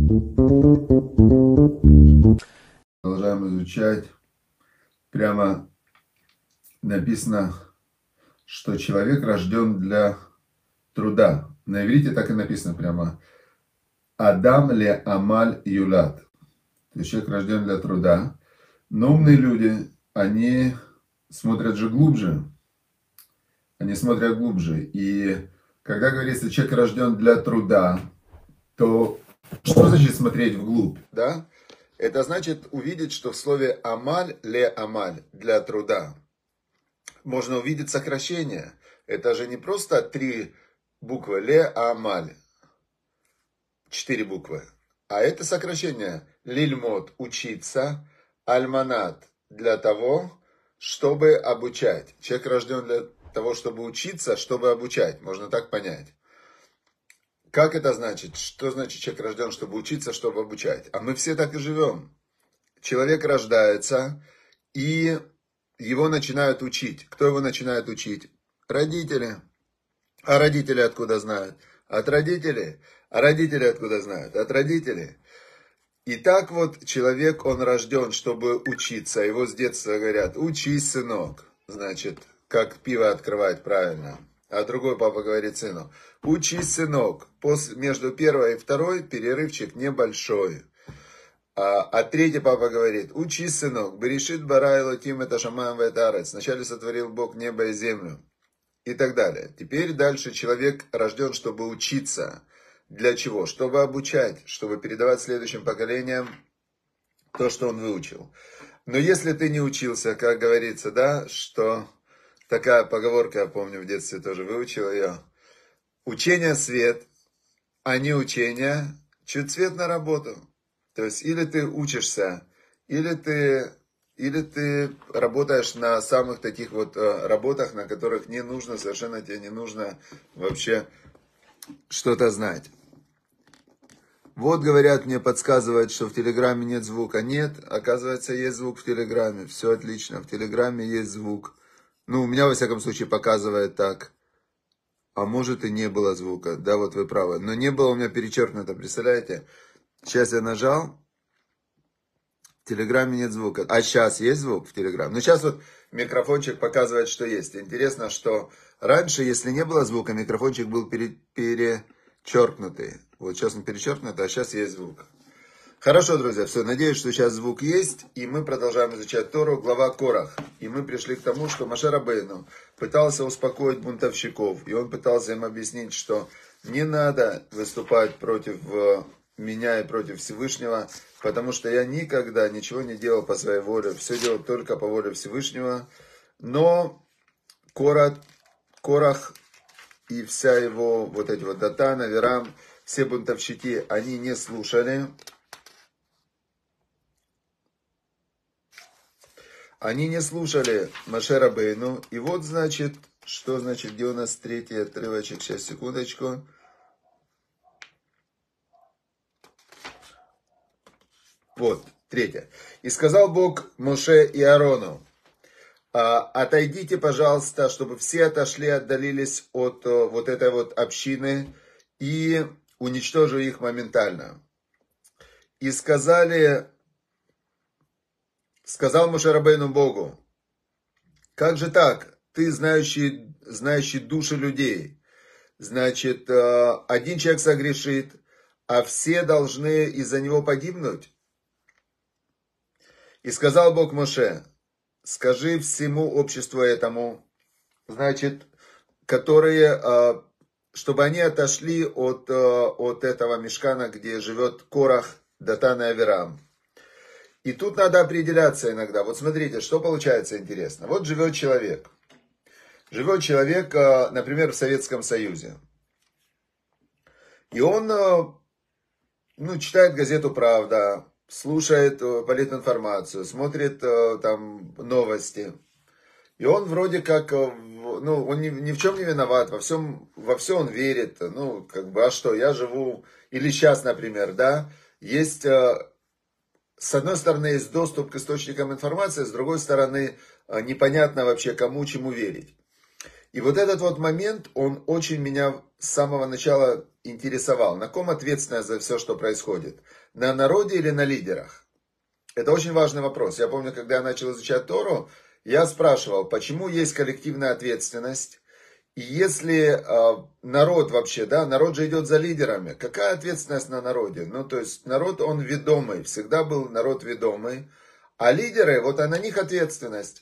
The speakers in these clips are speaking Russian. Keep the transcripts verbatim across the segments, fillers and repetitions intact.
Продолжаем изучать. Прямо написано, что человек рожден для труда. На иврите так и написано прямо. Адам ле амаль юлат. То есть человек рожден для труда. Но умные люди, они смотрят же глубже. Они смотрят глубже. И когда говорится, человек рожден для труда, то что значит смотреть вглубь? Да? Это значит увидеть, что в слове амаль ле амаль для труда можно увидеть сокращение. Это же не просто три буквы ле амаль, четыре буквы, а это сокращение лильмот учиться, альманат для того, чтобы обучать. Человек рожден для того, чтобы учиться, чтобы обучать. Можно так понять. Как это значит? Что значит человек рожден, чтобы учиться, чтобы обучать? А мы все так и живем. Человек рождается, и его начинают учить. Кто его начинает учить? Родители. А родители откуда знают? От родителей. А родители откуда знают? От родителей. И так вот человек, он рожден, чтобы учиться. Его с детства говорят: учись, сынок. Значит, как пиво открывать правильно. А другой папа говорит сыну: учись, сынок. После, между первой и второй перерывчик небольшой. А, а третий папа говорит: учись, сынок. Берешит бара элоким это шамаем вэтарец. Вначале сотворил Бог небо и землю. И так далее. Теперь дальше человек рожден, чтобы учиться. Для чего? Чтобы обучать, чтобы передавать следующим поколениям то, что он выучил. Но если ты не учился, как говорится, да, что такая поговорка, я помню, в детстве тоже выучил ее. Учение свет, а не учение, чуть свет на работу. То есть или ты учишься, или ты, или ты работаешь на самых таких вот работах, на которых не нужно, совершенно тебе не нужно вообще что-то знать. Вот, говорят, мне подсказывают, что в Телеграме нет звука. Нет, оказывается, есть звук в Телеграме. Все отлично, в Телеграме есть звук. Ну, у меня, во всяком случае, показывает так. А может, и не было звука. Да, вот вы правы. Но не было у меня перечеркнуто, представляете? Сейчас я нажал. В Телеграме нет звука. А сейчас есть звук в Телеграме? Ну, сейчас вот микрофончик показывает, что есть. Интересно, что раньше, если не было звука, микрофончик был пере... перечеркнутый. Вот сейчас он перечеркнут, а сейчас есть звук. Хорошо, друзья, все, надеюсь, что сейчас звук есть, и мы продолжаем изучать Тору, глава Корах. И мы пришли к тому, что Моше Рабейну пытался успокоить бунтовщиков, и он пытался им объяснить, что не надо выступать против меня и против Всевышнего, потому что я никогда ничего не делал по своей воле, все делал только по воле Всевышнего. Но Корах, Корах и вся его, вот эти вот Датан, Авирам, все бунтовщики, они не слушали. Они не слушали Моше Рабейну. И вот, значит, что значит, где у нас третий отрывочек? Сейчас, секундочку. Вот, третье. «И сказал Бог Моше и Аарону: отойдите, пожалуйста, чтобы все отошли, отдалились от вот этой вот общины, и уничтожу их моментально. И сказали, сказал Моше Рабейну Богу: как же так? Ты знающий, знающий души людей. Значит, один человек согрешит, а все должны из-за него погибнуть. И сказал Бог Моше: скажи всему обществу этому, значит, которые, чтобы они отошли от, от этого мишкана, где живет Корах, Датан и Авирам. И тут надо определяться иногда. Вот смотрите, что получается интересно. Вот живет человек. Живет человек, например, в Советском Союзе. И он, ну, читает газету «Правда», слушает политинформацию, смотрит там новости. И он вроде как, ну, он ни, ни в чем не виноват, во всем, во все он верит. Ну, как бы, а что, я живу, или сейчас, например, да, есть, с одной стороны, есть доступ к источникам информации, с другой стороны, непонятно вообще, кому, чему верить. И И вот этот вот момент, он очень меня с самого начала интересовал. На ком ответственность за все, что происходит? На народе или на лидерах? Это очень важный вопрос. Я помню, когда я начал изучать Тору, я спрашивал, почему есть коллективная ответственность? И если э, народ вообще, да, народ же идет за лидерами, какая ответственность на народе? Ну, то есть народ, он ведомый, всегда был народ ведомый, а лидеры, вот на них ответственность.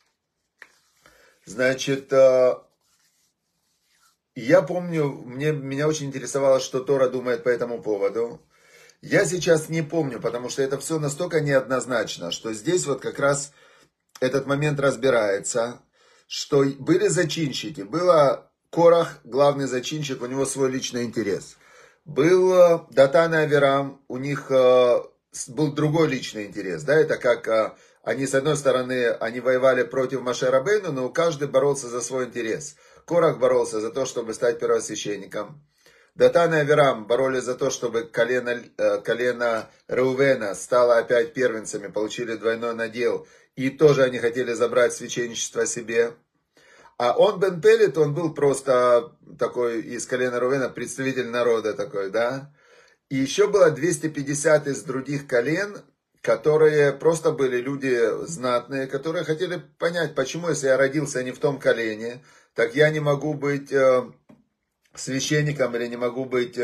Значит, э, я помню, мне, меня очень интересовало, что Тора думает по этому поводу. Я сейчас не помню, потому что это все настолько неоднозначно, что здесь вот как раз этот момент разбирается, что были зачинщики, было Корах, главный зачинщик, у него свой личный интерес. Был Датан и Авирам, у них был другой личный интерес, да, это как они, с одной стороны, они воевали против Моше Рабейну, но каждый боролся за свой интерес. Корах боролся за то, чтобы стать первосвященником. Датан и Авирам боролись за то, чтобы колено, колено Реувена стало опять первенцами, получили двойной надел. И тоже они хотели забрать священничество себе. А он, Бен Пелет, он был просто такой из колена Реувена, представитель народа такой, да. И еще было двести пятьдесят из других колен, которые просто были люди знатные, которые хотели понять, почему, если я родился не в том колене, так я не могу быть священником или не могу быть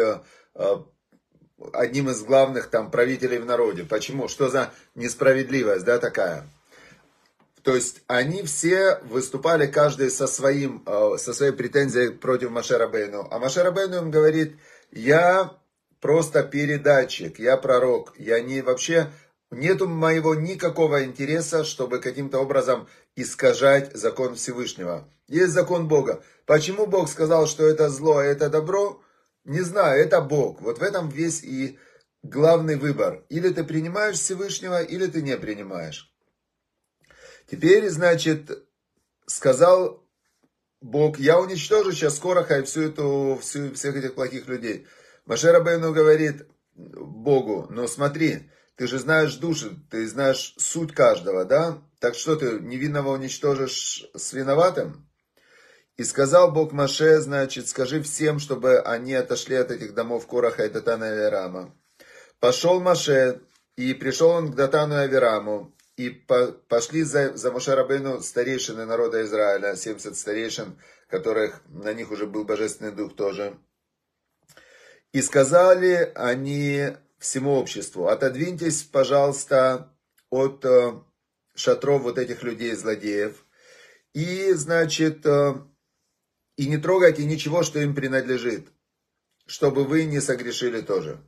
одним из главных там правителей в народе. Почему? Что за несправедливость, да, такая? То есть они все выступали, каждый со, своим, со своей претензией против Моше Рабейну. А Моше Рабейну им говорит, я просто передатчик, я пророк, я не вообще, нету моего никакого интереса, чтобы каким-то образом искажать закон Всевышнего. Есть закон Бога. Почему Бог сказал, что это зло, а это добро? Не знаю, это Бог. Вот в этом весь и главный выбор. Или ты принимаешь Всевышнего, или ты не принимаешь. Теперь, значит, сказал Бог, я уничтожу сейчас Кораха и всю эту, всю, всех этих плохих людей. Моше Рабейну говорит Богу, ну смотри, ты же знаешь души, ты знаешь суть каждого, да? Так что ты невинного уничтожишь с виноватым? И сказал Бог Моше, значит, скажи всем, чтобы они отошли от этих домов Кораха и Датана и Авирама. Пошел Моше, и пришел он к Датану и Авираму. И пошли за, за Моше Рабейну старейшины народа Израиля, семьдесят старейшин, которых на них уже был божественный дух тоже. И сказали они всему обществу, отодвиньтесь, пожалуйста, от шатров вот этих людей, злодеев. И, значит, и не трогайте ничего, что им принадлежит, чтобы вы не согрешили тоже.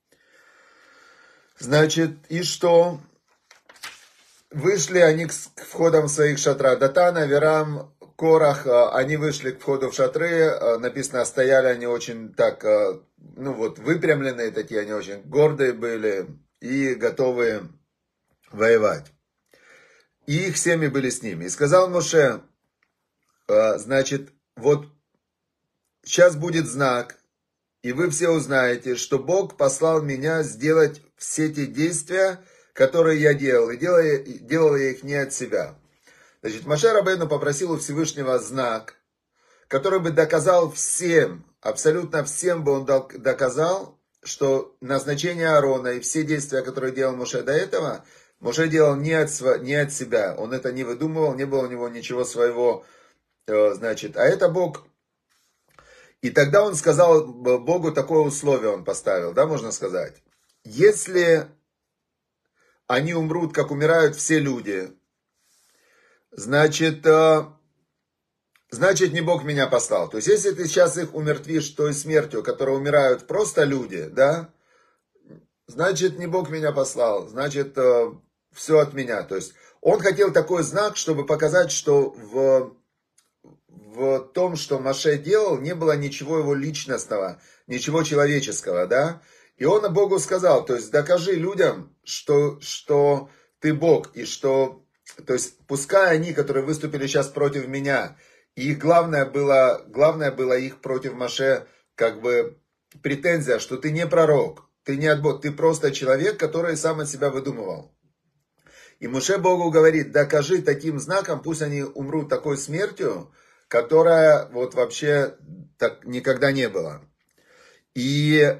Значит, и что? Вышли они к входам своих шатра. Датан, Авирам, Корах, они вышли к входу в шатры. Написано, стояли они очень так, ну вот, выпрямленные такие, они очень гордые были и готовые воевать. И их семьи были с ними. И сказал Моше, значит, вот сейчас будет знак, и вы все узнаете, что Бог послал меня сделать все те действия, которые я делал, и делал, делал я их не от себя. Значит, Моше Рабейну попросил у Всевышнего знак, который бы доказал всем, абсолютно всем бы он доказал, что назначение Аарона и все действия, которые делал Моше до этого, Моше делал не от, не от себя. Он это не выдумывал, не было у него ничего своего, значит, а это Бог. И тогда он сказал Богу, такое условие он поставил, да, можно сказать. Если они умрут, как умирают все люди, значит, значит, не Бог меня послал. То есть, если ты сейчас их умертвишь той смертью, которой умирают просто люди, да, значит, не Бог меня послал, значит, все от меня. То есть, он хотел такой знак, чтобы показать, что в, в том, что Моше делал, не было ничего его личностного, ничего человеческого, да. И он Богу сказал, то есть докажи людям, что, что ты Бог, и что, то есть пускай они, которые выступили сейчас против меня, и их главное было, главное было их против Моше, как бы претензия, что ты не пророк, ты не от Бога, ты просто человек, который сам от себя выдумывал. И Моше Богу говорит, докажи таким знаком, пусть они умрут такой смертью, которая вот вообще так никогда не было. И,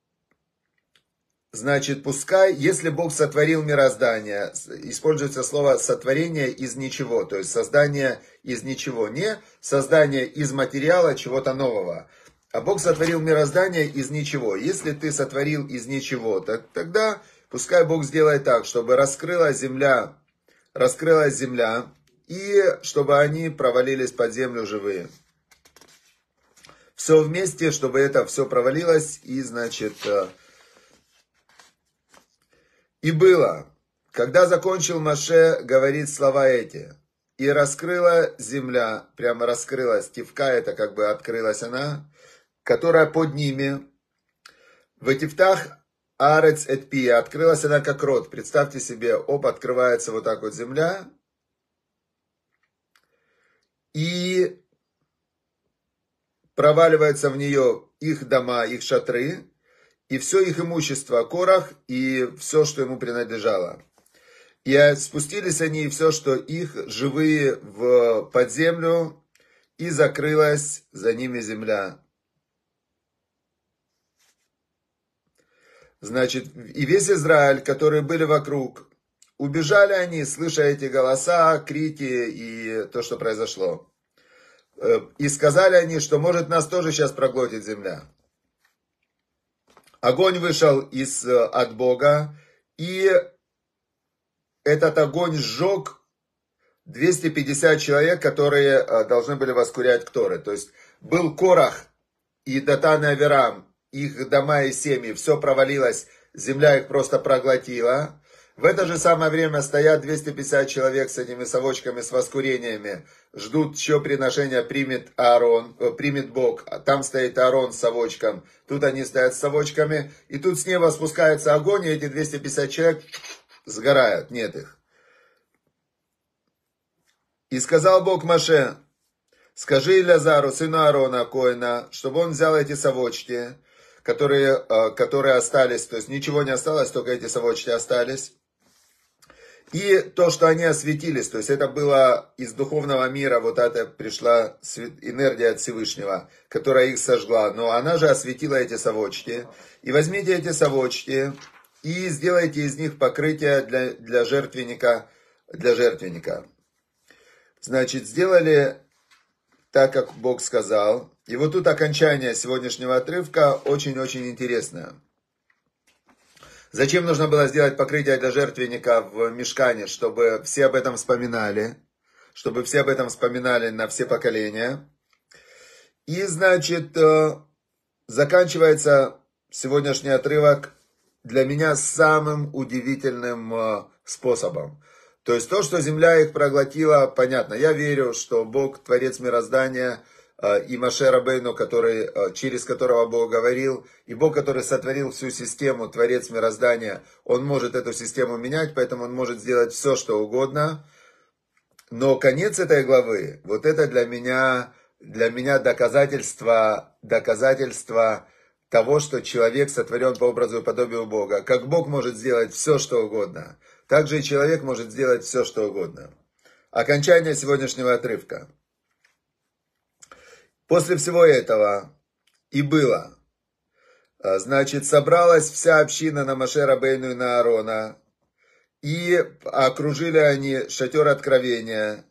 значит, пускай, если Бог сотворил мироздание, используется слово сотворение из ничего, то есть создание из ничего, не создание из материала чего-то нового. А Бог сотворил мироздание из ничего. Если ты сотворил из ничего, так, тогда пускай Бог сделает так, чтобы раскрылась земля, раскрылась земля, и чтобы они провалились под землю живые. Все вместе, чтобы это все провалилось, и, значит, и было. Когда закончил Моше говорить слова эти, и раскрыла земля, прямо раскрылась, кивка, это как бы открылась она, которая под ними, в Тифтах Арец эт Пия, открылась она как рот. Представьте себе, оп, открывается вот так вот земля, и проваливаются в нее их дома, их шатры, и все их имущество, Корах, и все, что ему принадлежало. И спустились они, и все, что их, живые, в под землю, и закрылась за ними земля. Значит, и весь Израиль, которые были вокруг, убежали они, слыша эти голоса, крики и то, что произошло. И сказали они, что может нас тоже сейчас проглотит земля. Огонь вышел из, от Бога, и этот огонь сжег двести пятьдесят человек, которые должны были воскурять Кторы. То есть был Корах и Датан и Авирам, их дома и семьи, все провалилось, земля их просто проглотила. В это же самое время стоят двести пятьдесят человек с этими совочками, с воскурениями, ждут, что приношение примет Аарон, примет Бог. Там стоит Аарон с совочком, тут они стоят с совочками, и тут с неба спускается огонь, и эти двести пятьдесят человек сгорают, нет их. И сказал Бог Моше: скажи Илязару, сыну Аарона, Коэна, чтобы он взял эти совочки, которые, которые остались, то есть ничего не осталось, только эти совочки остались. И то, что они осветились, то есть это было из духовного мира, вот это пришла энергия от Всевышнего, которая их сожгла, но она же осветила эти совочки. И возьмите эти совочки и сделайте из них покрытие для, для жертвенника, для жертвенника. Значит, сделали так, как Бог сказал. И вот тут окончание сегодняшнего отрывка очень-очень интересное. Зачем нужно было сделать покрытие для жертвенника в мишкане? Чтобы все об этом вспоминали. Чтобы все об этом вспоминали на все поколения. И, значит, заканчивается сегодняшний отрывок для меня самым удивительным способом. То есть то, что земля их проглотила, понятно. Я верю, что Бог, Творец мироздания, и Моше Рабейну, который, через которого Бог говорил, и Бог, который сотворил всю систему, Творец мироздания, Он может эту систему менять, поэтому Он может сделать все, что угодно. Но конец этой главы, вот это для меня, для меня доказательство, доказательство того, что человек сотворен по образу и подобию Бога. Как Бог может сделать все, что угодно, так же и человек может сделать все, что угодно. Окончание сегодняшнего отрывка. После всего этого и было, значит, собралась вся община на Моше Рабейну и на Аарона, и окружили они шатер откровения.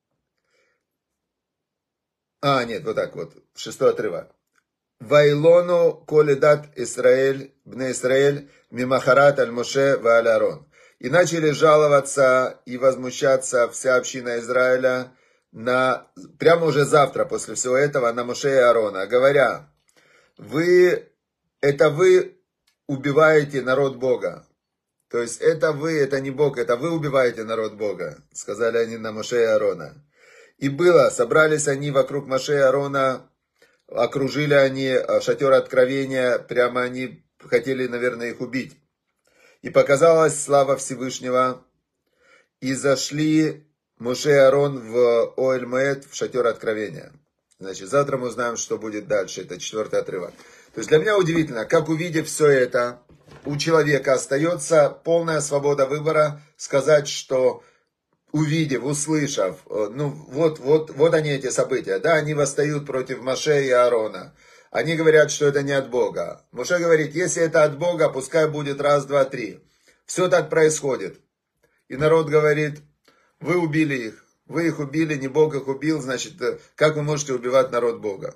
А, нет, вот так вот, шестой отрывок. Вайлону коледат Исраэль, бне Исраэль, мимахарат аль Моше ва аль Аарон. И начали жаловаться и возмущаться вся община Израиля, на, прямо уже завтра, после всего этого, на Моше и Аарона, говоря: вы, это вы убиваете народ Бога. То есть это вы, это не Бог, это вы убиваете народ Бога, сказали они на Моше и Аарона. И было, собрались они вокруг Моше и Аарона, окружили они шатер откровения, прямо они хотели, наверное, их убить. И показалась слава Всевышнего, и зашли Моше и Аарон в Оэль Моэд, в шатер откровения. Значит, завтра мы узнаем, что будет дальше. Это четвертый отрывок. То есть для меня удивительно, как, увидев все это, у человека остается полная свобода выбора сказать, что увидев, услышав, ну вот, вот, вот они эти события, да, они восстают против Моше и Аарона. Они говорят, что это не от Бога. Моше говорит, если это от Бога, пускай будет раз, два, три. Все так происходит. И народ говорит, вы убили их, вы их убили, не Бог их убил, значит, как вы можете убивать народ Бога?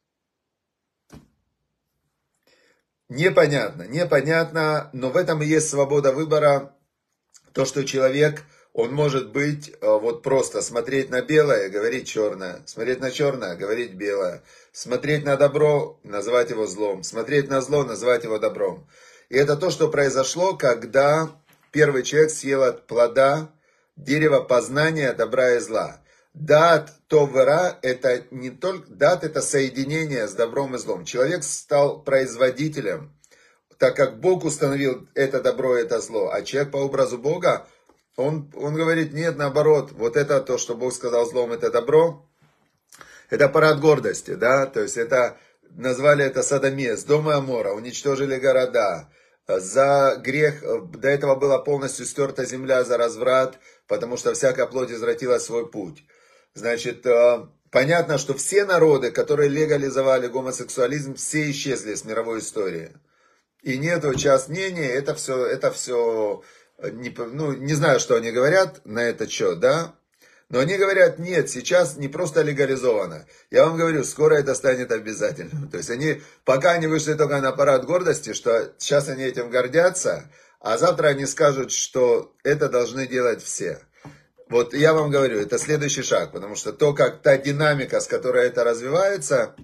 Непонятно, непонятно, но в этом и есть свобода выбора, то, что человек, он может быть, вот просто смотреть на белое, говорить черное, смотреть на черное, говорить белое, смотреть на добро, называть его злом, смотреть на зло, называть его добром. И это то, что произошло, когда первый человек съел от плода дерева познания добра и зла. Дат товера это не только, дат это соединение с добром и злом. Человек стал производителем, так как Бог установил это добро и это зло, а человек по образу Бога, он, он говорит, нет, наоборот, вот это то, что Бог сказал злом, это добро, это парад гордости, да, то есть это, назвали это содомия, Сдом и Амора, уничтожили города, за грех, до этого была полностью стерта земля за разврат, потому что всякая плоть извратила свой путь. Значит, понятно, что все народы, которые легализовали гомосексуализм, все исчезли с мировой истории. И нету час мнения, это все, это все, не, ну, не знаю, что они говорят на этот счет, да? Но они говорят, нет, сейчас не просто легализовано. Я вам говорю, скоро это станет обязательным. То есть они, пока они вышли только на парад гордости, что сейчас они этим гордятся, а завтра они скажут, что это должны делать все. Вот я вам говорю, это следующий шаг, потому что то, как та динамика, с которой это развивается,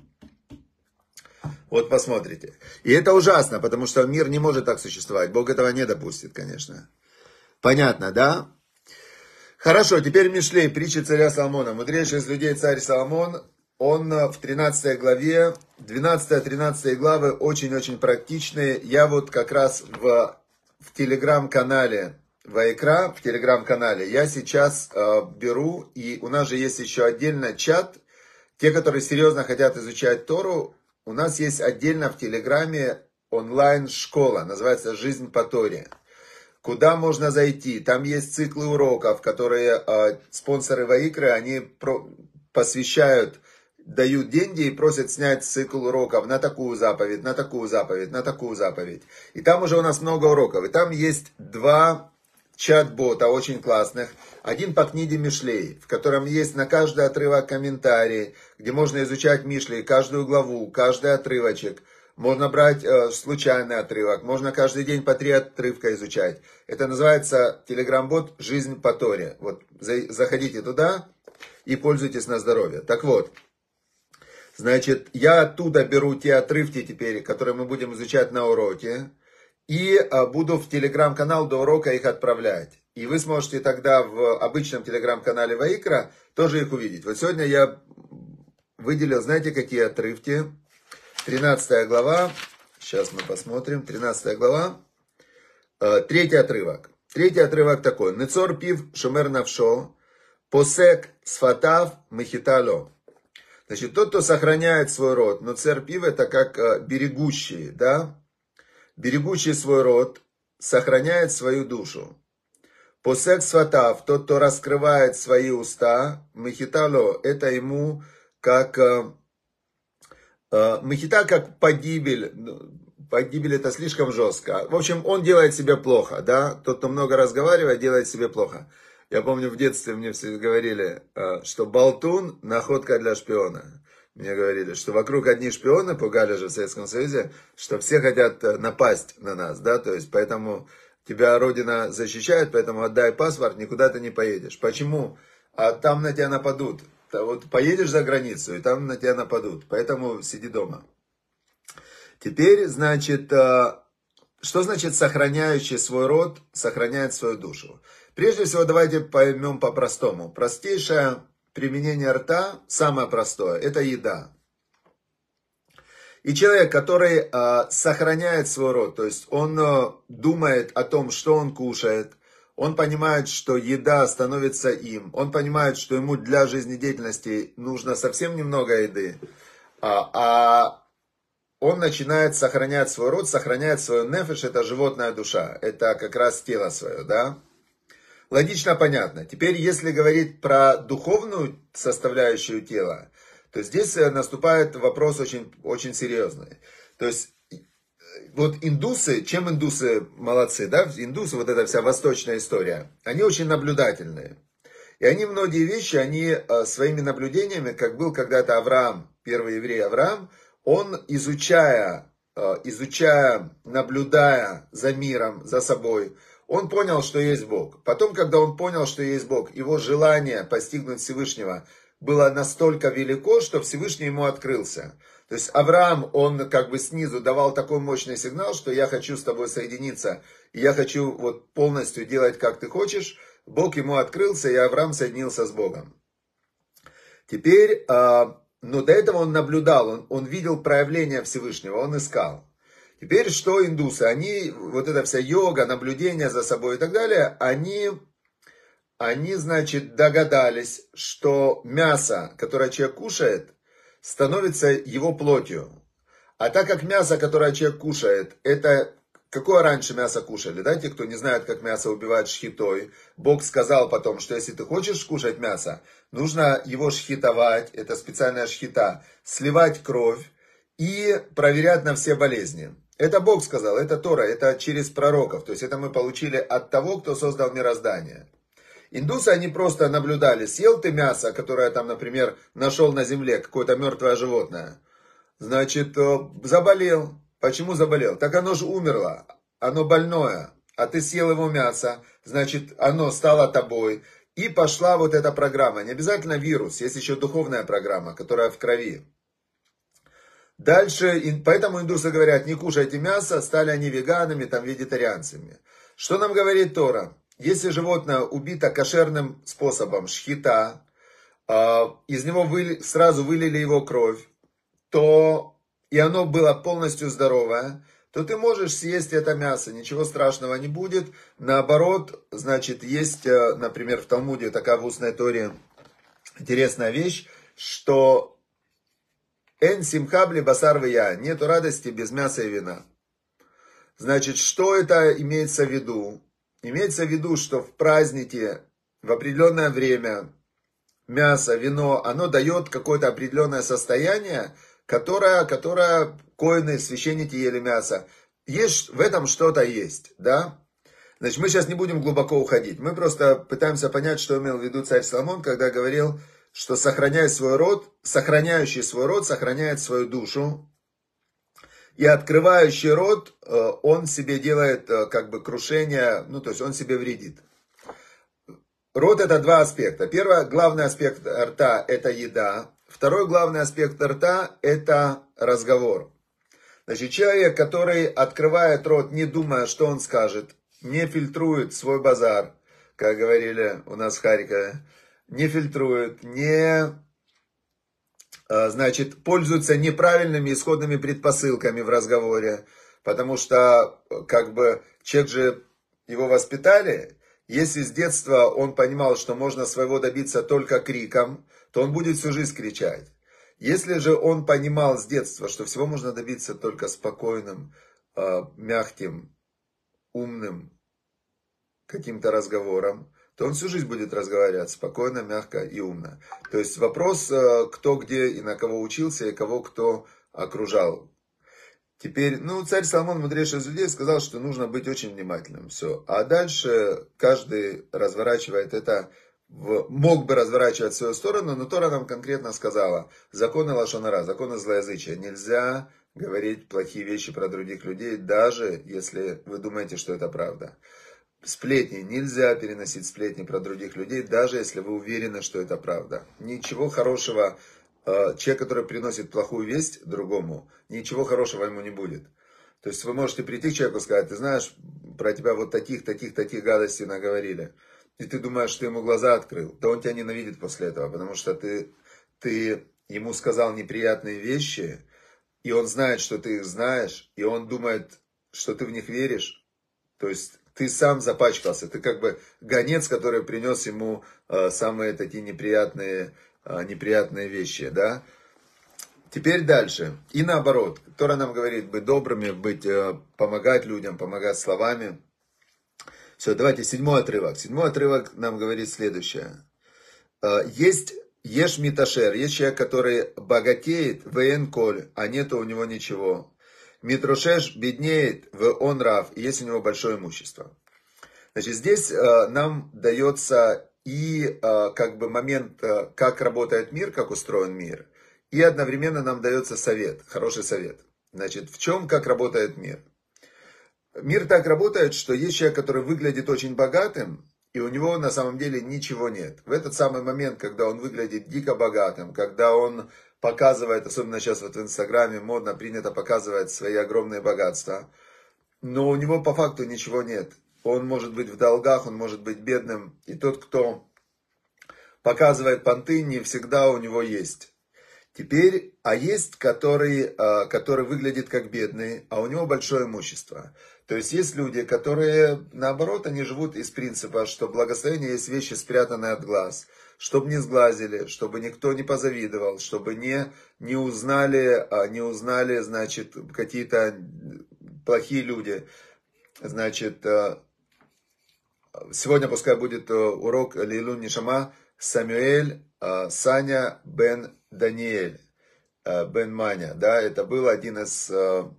вот посмотрите. И это ужасно, потому что мир не может так существовать. Бог этого не допустит, конечно. Понятно, да? Хорошо, теперь Мишлей, притча царя Соломона. Мудрейший из людей царь Соломон, он в тринадцатой главе, двенадцатая-тринадцатая главы очень-очень практичные. Я вот как раз в, в телеграм-канале Ваикра, в телеграм-канале, я сейчас э, беру, и у нас же есть еще отдельно чат. Те, которые серьезно хотят изучать Тору, у нас есть отдельно в телеграме онлайн-школа, называется «Жизнь по Торе». Куда можно зайти? Там есть циклы уроков, которые э, спонсоры Ваикры, они про, посвящают, дают деньги и просят снять цикл уроков на такую заповедь, на такую заповедь, на такую заповедь. И там уже у нас много уроков. И там есть два чат-бота очень классных. Один по книге Мишлей, в котором есть на каждый отрывок комментарии, где можно изучать Мишлей, каждую главу, каждый отрывочек. Можно брать э, случайный отрывок, можно каждый день по три отрывка изучать. Это называется телеграм-бот «Жизнь по Торе». Вот, за, заходите туда и пользуйтесь на здоровье. Так вот, значит, я оттуда беру те отрывки теперь, которые мы будем изучать на уроке, и э, буду в телеграм-канал до урока их отправлять. И вы сможете тогда в обычном телеграм-канале Ваикра тоже их увидеть. Вот сегодня я выделил, знаете, какие отрывки? тринадцатая глава, сейчас мы посмотрим, тринадцатая глава, третий отрывок. Третий отрывок такой. Нецор пив шумер навшо, посек сфатав мехитало. Значит, тот, кто сохраняет свой род, но цер пив это как берегущий, да? Берегущий свой род, сохраняет свою душу. Посек сфатав, тот, кто раскрывает свои уста, мехитало, это ему как... Мехита как погибель, погибель это слишком жестко. В общем, он делает себе плохо, да, тот, кто много разговаривает, делает себе плохо. Я помню, в детстве мне все говорили, что болтун – находка для шпиона. Мне говорили, что вокруг одни шпионы, пугали же в Советском Союзе, что все хотят напасть на нас, да, то есть, поэтому тебя Родина защищает, поэтому отдай паспорт, никуда ты не поедешь. Почему? А там на тебя нападут. Вот поедешь за границу, и там на тебя нападут. Поэтому сиди дома. Теперь, значит, что значит сохраняющий свой род, сохраняет свою душу? Прежде всего, давайте поймем по-простому. Простейшее применение рта, самое простое, это еда. И человек, который сохраняет свой род, то есть он думает о том, что он кушает, он понимает, что еда становится им. Он понимает, что ему для жизнедеятельности нужно совсем немного еды. А, а он начинает сохранять свой род, сохраняет свою нефеш, это животная душа. Это как раз тело свое, да. Логично, понятно. Теперь, если говорить про духовную составляющую тела, то здесь наступает вопрос очень, очень серьезный. То есть, вот индусы, чем индусы молодцы, да? Индусы, вот эта вся восточная история, они очень наблюдательные. И они многие вещи, они своими наблюдениями, как был когда-то Авраам, первый еврей Авраам, он, изучая, изучая, наблюдая за миром, за собой, он понял, что есть Бог. Потом, когда он понял, что есть Бог, его желание постигнуть Всевышнего было настолько велико, что Всевышний ему открылся. То есть Авраам, он как бы снизу давал такой мощный сигнал, что я хочу с тобой соединиться, и я хочу вот полностью делать, как ты хочешь. Бог ему открылся, и Авраам соединился с Богом. Теперь, но до этого он наблюдал, он, он видел проявление Всевышнего, он искал. Теперь что индусы? Они, вот эта вся йога, наблюдение за собой и так далее, они, они, значит, догадались, что мясо, которое человек кушает, становится его плотью. А так как мясо, которое человек кушает, это... Какое раньше мясо кушали? Да, те, кто не знает, как мясо убивают шхитой. Бог сказал потом, что если ты хочешь кушать мясо, нужно его шхитовать, это специальная шхита, сливать кровь и проверять на все болезни. Это Бог сказал, это Тора, это через пророков. То есть это мы получили от того, кто создал мироздание. Индусы, они просто наблюдали, съел ты мясо, которое там, например, нашел на земле, какое-то мертвое животное, значит, заболел. Почему заболел? Так оно же умерло, оно больное, а ты съел его мясо, значит, оно стало тобой. И пошла вот эта программа. Не обязательно вирус, есть еще духовная программа, которая в крови. Дальше, поэтому индусы говорят, не кушайте мясо, стали они веганами, там, вегетарианцами. Что нам говорит Тора? Если животное убито кошерным способом, шхита, из него выли, сразу вылили его кровь, то... и оно было полностью здоровое, то ты можешь съесть это мясо, ничего страшного не будет. Наоборот, значит, есть, например, в Талмуде, такая в устной Торе интересная вещь, что «эн симхабли басар вия», нету радости без мяса и вина. Значит, что это имеется в виду? Имеется в виду, что в празднике, в определенное время, мясо, вино, оно дает какое-то определенное состояние, которое, которое коины, священники ели мясо. Есть, в этом что-то есть, да? Значит, мы сейчас не будем глубоко уходить. Мы просто пытаемся понять, что имел в виду царь Соломон, когда говорил, что сохраняя свой род, сохраняющий свой род, сохраняет свою душу. И открывающий рот, он себе делает как бы крушение, ну то есть он себе вредит. Рот это два аспекта. Первый, главный аспект рта это еда. Второй главный аспект рта это разговор. Значит, человек, который открывает рот, не думая, что он скажет, не фильтрует свой базар, как говорили у нас в Харькове, не фильтрует, не, значит, пользуется неправильными исходными предпосылками в разговоре, потому что, как бы, человек же, его воспитали, если с детства он понимал, что можно своего добиться только криком, то он будет всю жизнь кричать. Если же он понимал с детства, что всего можно добиться только спокойным, мягким, умным каким-то разговором, то он всю жизнь будет разговаривать спокойно, мягко и умно. То есть вопрос, кто где и на кого учился, и кого кто окружал. Теперь, ну, царь Соломон, мудрейший из людей, сказал, что нужно быть очень внимательным. Все. А дальше каждый разворачивает это, в, мог бы разворачивать в свою сторону, но Тора нам конкретно сказала, законы лашон ара, законы злоязычия. Нельзя говорить плохие вещи про других людей, даже если вы думаете, что это правда. Сплетни. Нельзя переносить сплетни про других людей, даже если вы уверены, что это правда. Ничего хорошего, человек, который приносит плохую весть другому, ничего хорошего ему не будет. То есть вы можете прийти к человеку и сказать, ты знаешь, про тебя вот таких, таких, таких гадостей наговорили. И ты думаешь, что ему глаза открыл. Да он тебя ненавидит после этого, потому что ты, ты ему сказал неприятные вещи, и он знает, что ты их знаешь, и он думает, что ты в них веришь. То есть ты сам запачкался, ты как бы гонец, который принес ему э, самые такие неприятные, э, неприятные вещи, да. Теперь дальше. И наоборот, Тора нам говорит быть добрыми, быть, э, помогать людям, помогать словами. Все, давайте седьмой отрывок. Седьмой отрывок нам говорит следующее. Есть еш миташер, есть человек, который богатеет, вен коль, а нету у него ничего. Митрошеш беднеет, в он рав, и есть у него большое имущество. Значит, здесь нам дается и как бы момент, как работает мир, как устроен мир, и одновременно нам дается совет, хороший совет. Значит, в чем, как работает мир? Мир так работает, что есть человек, который выглядит очень богатым, и у него на самом деле ничего нет. В этот самый момент, когда он выглядит дико богатым, когда он показывает, особенно сейчас вот в Инстаграме модно, принято показывать свои огромные богатства, но у него по факту ничего нет. Он может быть в долгах, он может быть бедным, и тот, кто показывает понты, не всегда у него есть. Теперь, а есть, который, который выглядит как бедный, а у него большое имущество. То есть есть люди, которые, наоборот, они живут из принципа, что благословение есть вещи, спрятанные от глаз. Чтобы не сглазили, чтобы никто не позавидовал, чтобы не, не узнали, не узнали, значит, какие-то плохие люди. Значит, сегодня пускай будет урок Лейлун Нишама Самуэль Саня бен Даниэль, бен Маня, да, это был один из,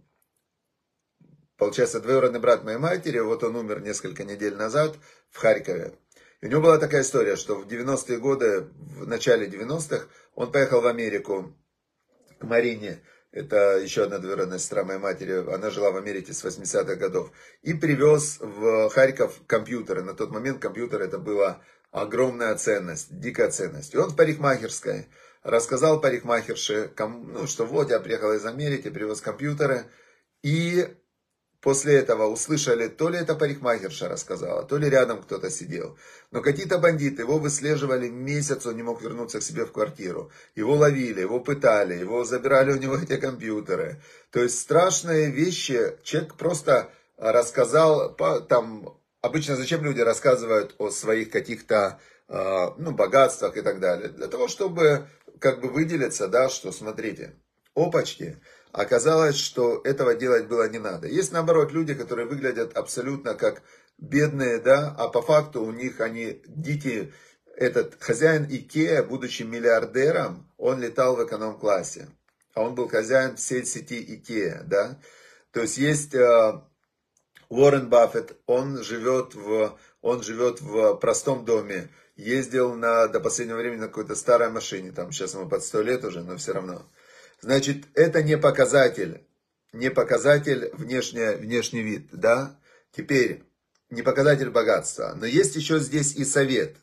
получается, двоюродный брат моей матери, вот он умер несколько недель назад в Харькове. И у него была такая история, что в девяностые годы, в начале девяностых, он поехал в Америку к Марине, это еще одна двоюродная сестра моей матери, она жила в Америке с восьмидесятых годов, и привез в Харьков компьютеры. На тот момент компьютер это была огромная ценность, дикая ценность. И он в парикмахерской рассказал парикмахерше, ну, что вот я приехал из Америки, привез компьютеры. И после этого услышали, то ли это парикмахерша рассказала, то ли рядом кто-то сидел. Но какие-то бандиты его выслеживали месяц, он не мог вернуться к себе в квартиру. Его ловили, его пытали, его забирали у него эти компьютеры. То есть страшные вещи. Человек просто рассказал, там, обычно зачем люди рассказывают о своих каких-то ну, богатствах и так далее? Для того, чтобы как бы выделиться, да, что смотрите, опачки, оказалось, что этого делать было не надо. Есть наоборот люди, которые выглядят абсолютно как бедные, да, а по факту у них они дикие. Этот хозяин Икеа, будучи миллиардером, он летал в эконом-классе, а он был хозяин всей сети Икеа, да. То есть есть Уоррен Баффет, он живет в, он живет в простом доме, ездил на, до последнего времени на какой-то старой машине, там сейчас ему под сто лет уже, но все равно. Значит, это не показатель, не показатель внешний, внешний вид, да. Теперь, не показатель богатства, но есть еще здесь и совет.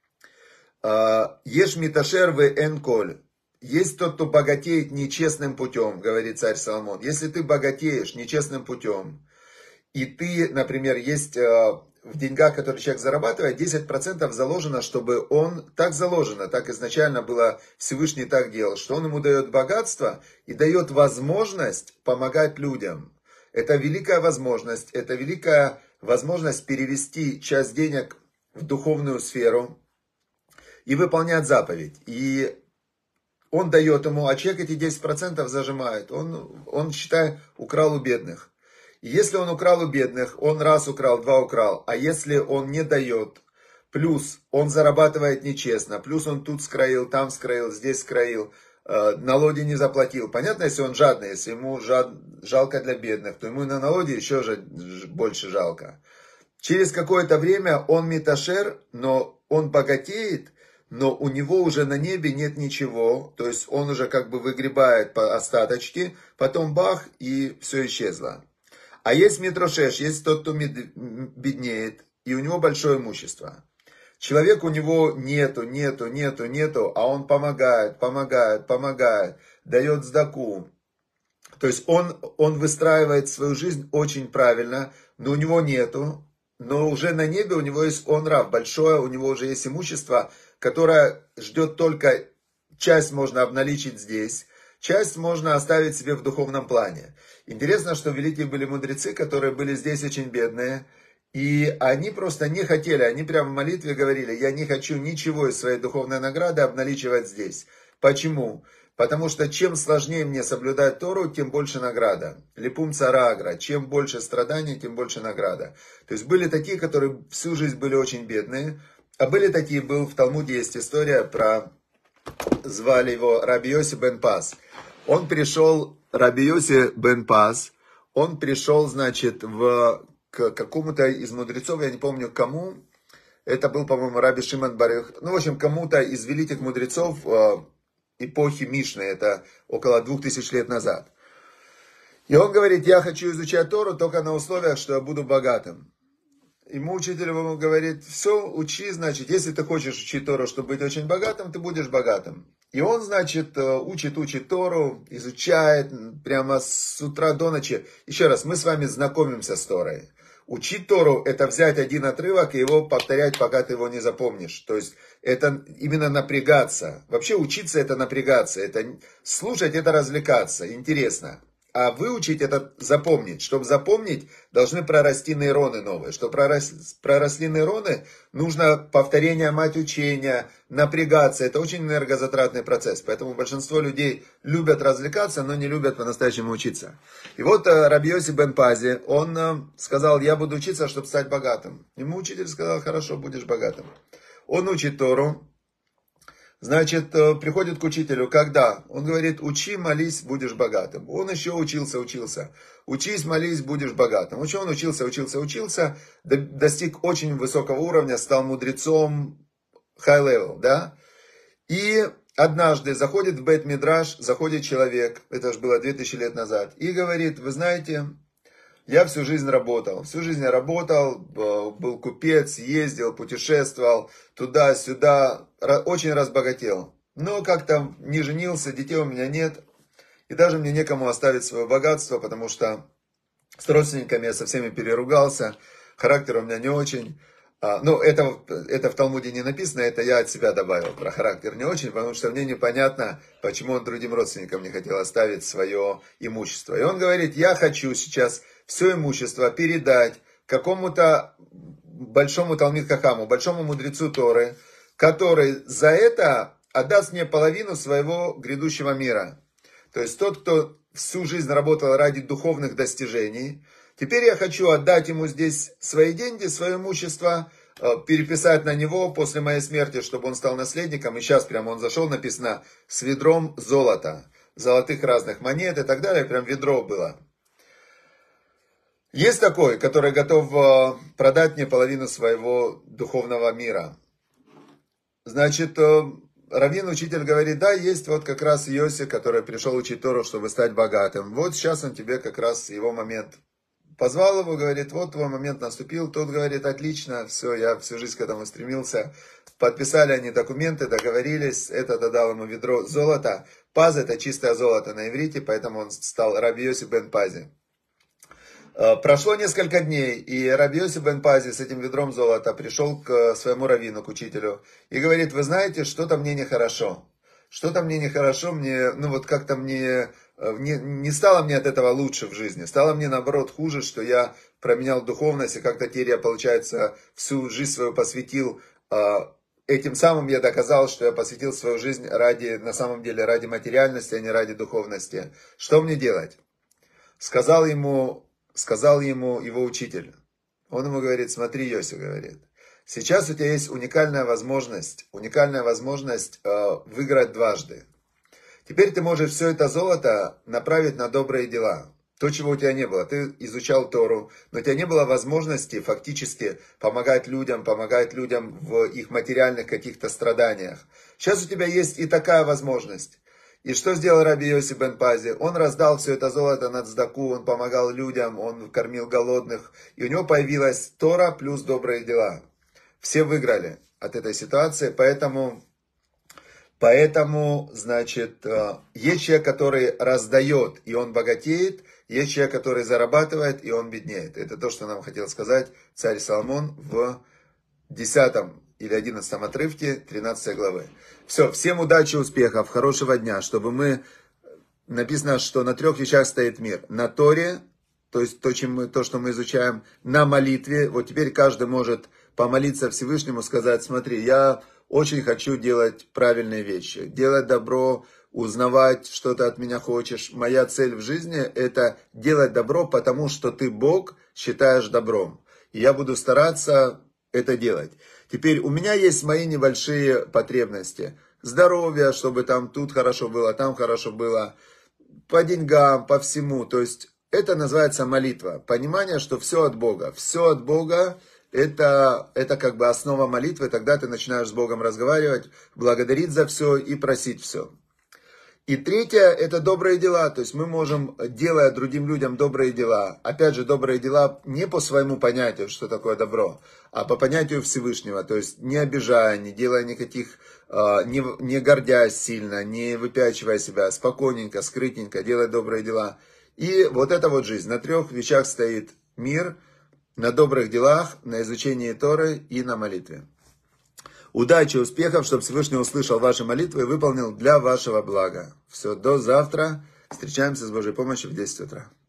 Еш миташер ве эн коль. Есть тот, кто богатеет нечестным путем, говорит царь Соломон. Если ты богатеешь нечестным путем, и ты, например, есть в деньгах, которые человек зарабатывает, десять процентов заложено, чтобы он, так заложено, так изначально было, Всевышний так делал, что он ему дает богатство и дает возможность помогать людям. Это великая возможность, это великая возможность перевести часть денег в духовную сферу и выполнять заповедь. И он дает ему, а человек эти десять процентов зажимает, он, он считай, украл у бедных. Если он украл у бедных, он раз украл, два украл. А если он не дает, плюс он зарабатывает нечестно, плюс он тут скроил, там скроил, здесь скроил, э, налоги не заплатил. Понятно, если он жадный, если ему жад, жалко для бедных, то ему на налоги еще же больше жалко. Через какое-то время он миташер, но он богатеет, но у него уже на небе нет ничего. То есть он уже как бы выгребает по остаточке, потом бах, и все исчезло. А есть митрошеш, есть тот, кто беднеет, и у него большое имущество. Человек у него нету, нету, нету, нету, а он помогает, помогает, помогает, дает сдаку. То есть он, он выстраивает свою жизнь очень правильно, но у него нету, но уже на небе у него есть он рав большое, у него уже есть имущество, которое ждет только, часть можно обналичить здесь, часть можно оставить себе в духовном плане. Интересно, что великие были мудрецы, которые были здесь очень бедные, и они просто не хотели, они прямо в молитве говорили, я не хочу ничего из своей духовной награды обналичивать здесь. Почему? Потому что чем сложнее мне соблюдать Тору, тем больше награда. Липум царагра. Чем больше страданий, тем больше награда. То есть были такие, которые всю жизнь были очень бедные. А были такие, был в Талмуде есть история про, звали его Раби Йоси бен Паз. Он пришел, Раби Йоси бен Паз, он пришел, значит, в, к какому-то из мудрецов, я не помню кому. Это был, по-моему, Раби Шимон бар Йохай. Ну, в общем, кому-то из великих мудрецов эпохи Мишны, это около двух тысяч лет назад. И он говорит, я хочу изучать Тору только на условиях, что я буду богатым. Ему учитель ему говорит, все, учи, значит, если ты хочешь учить Тору, чтобы быть очень богатым, ты будешь богатым. И он, значит, учит, учит Тору, изучает прямо с утра до ночи. Еще раз, мы с вами знакомимся с Торой. Учить Тору – это взять один отрывок и его повторять, пока ты его не запомнишь. То есть, это именно напрягаться. Вообще, учиться – это напрягаться. Это слушать – это развлекаться. Интересно. А выучить – это запомнить. Чтобы запомнить, должны прорасти нейроны новые. Чтобы проросли нейроны, нужно повторение мать учения, напрягаться. Это очень энергозатратный процесс. Поэтому большинство людей любят развлекаться, но не любят по-настоящему учиться. И вот Раби Йоси бен Пази, он сказал, я буду учиться, чтобы стать богатым. Ему учитель сказал, хорошо, будешь богатым. Он учит Тору. Значит, приходит к учителю, когда? Он говорит, учи, молись, будешь богатым. Он еще учился, учился. Учись, молись, будешь богатым. Он учился, учился, учился, достиг очень высокого уровня, стал мудрецом, high level, да? И однажды заходит в Бейт-Мидраш, заходит человек, это же было две тысячи лет назад, и говорит, вы знаете, я всю жизнь работал, всю жизнь я работал, был купец, ездил, путешествовал туда-сюда, очень разбогател. Но как-то не женился, детей у меня нет, и даже мне некому оставить свое богатство, потому что с родственниками я со всеми переругался, характер у меня не очень. Ну, это, это в Талмуде не написано, это я от себя добавил про характер не очень, потому что мне непонятно, почему он другим родственникам не хотел оставить свое имущество. И он говорит, я хочу сейчас все имущество передать какому-то большому Талмид Хахаму, большому мудрецу Торы, который за это отдаст мне половину своего грядущего мира. То есть тот, кто всю жизнь работал ради духовных достижений, теперь я хочу отдать ему здесь свои деньги, свое имущество, переписать на него после моей смерти, чтобы он стал наследником. И сейчас прямо он зашел, написано, с ведром золота, золотых разных монет и так далее, прям ведро было. Есть такой, который готов продать мне половину своего духовного мира. Значит, раввин, учитель говорит, да, есть вот как раз Йоси, который пришел учить Тору, чтобы стать богатым. Вот сейчас он тебе как раз его момент. Позвал его, говорит, вот твой момент наступил. Тот говорит, отлично, все, я всю жизнь к этому стремился. Подписали они документы, договорились, это додал ему ведро золота. Паз это чистое золото на иврите, поэтому он стал Раби Йоси бен Пази. Прошло несколько дней, и Раби Йоси бен Пази с этим ведром золота пришел к своему раввину, к учителю, и говорит, вы знаете, что-то мне нехорошо. Что-то мне нехорошо, мне, ну вот как-то мне, не, не стало мне от этого лучше в жизни. Стало мне наоборот хуже, что я променял духовность, и как-то теперь я, получается, всю жизнь свою посвятил. Этим самым я доказал, что я посвятил свою жизнь ради, на самом деле, ради материальности, а не ради духовности. Что мне делать? Сказал ему... Сказал ему его учитель. Он ему говорит, смотри, Йоси, говорит, сейчас у тебя есть уникальная возможность, уникальная возможность э, выиграть дважды. Теперь ты можешь все это золото направить на добрые дела. То, чего у тебя не было. Ты изучал Тору, но у тебя не было возможности фактически помогать людям, помогать людям в их материальных каких-то страданиях. Сейчас у тебя есть и такая возможность. И что сделал Раби Йоси бен Пази? Он раздал все это золото на цдаку, он помогал людям, он кормил голодных. И у него появилась Тора плюс добрые дела. Все выиграли от этой ситуации, поэтому, поэтому значит, есть человек, который раздает, и он богатеет, есть человек, который зарабатывает, и он беднеет. Это то, что нам хотел сказать царь Соломон в десятом или одиннадцатом отрывке тринадцатой главы. Все, всем удачи, успехов, хорошего дня, чтобы мы, написано, что на трех вещах стоит мир. На Торе, то есть то, чем мы, то, что мы изучаем, на молитве. Вот теперь каждый может помолиться Всевышнему, сказать, смотри, я очень хочу делать правильные вещи, делать добро, узнавать, что ты от меня хочешь. Моя цель в жизни – это делать добро, потому что ты, Бог, считаешь добром. И я буду стараться это делать. Теперь у меня есть мои небольшие потребности. Здоровье, чтобы там тут хорошо было, там хорошо было. По деньгам, по всему. То есть это называется молитва. Понимание, что все от Бога. Все от Бога. Это, это как бы основа молитвы, тогда ты начинаешь с Богом разговаривать, благодарить за все и просить все. И третье, это добрые дела, то есть мы можем, делая другим людям добрые дела, опять же, добрые дела не по своему понятию, что такое добро, а по понятию Всевышнего, то есть не обижая, не делая никаких, не, не гордясь сильно, не выпячивая себя, спокойненько, скрытненько, делать добрые дела. И вот эта вот жизнь, на трех вещах стоит мир, на добрых делах, на изучении Торы и на молитве. Удачи, успехов, чтобы Всевышний услышал ваши молитвы и выполнил для вашего блага. Все, до завтра. Встречаемся с Божьей помощью в десять утра.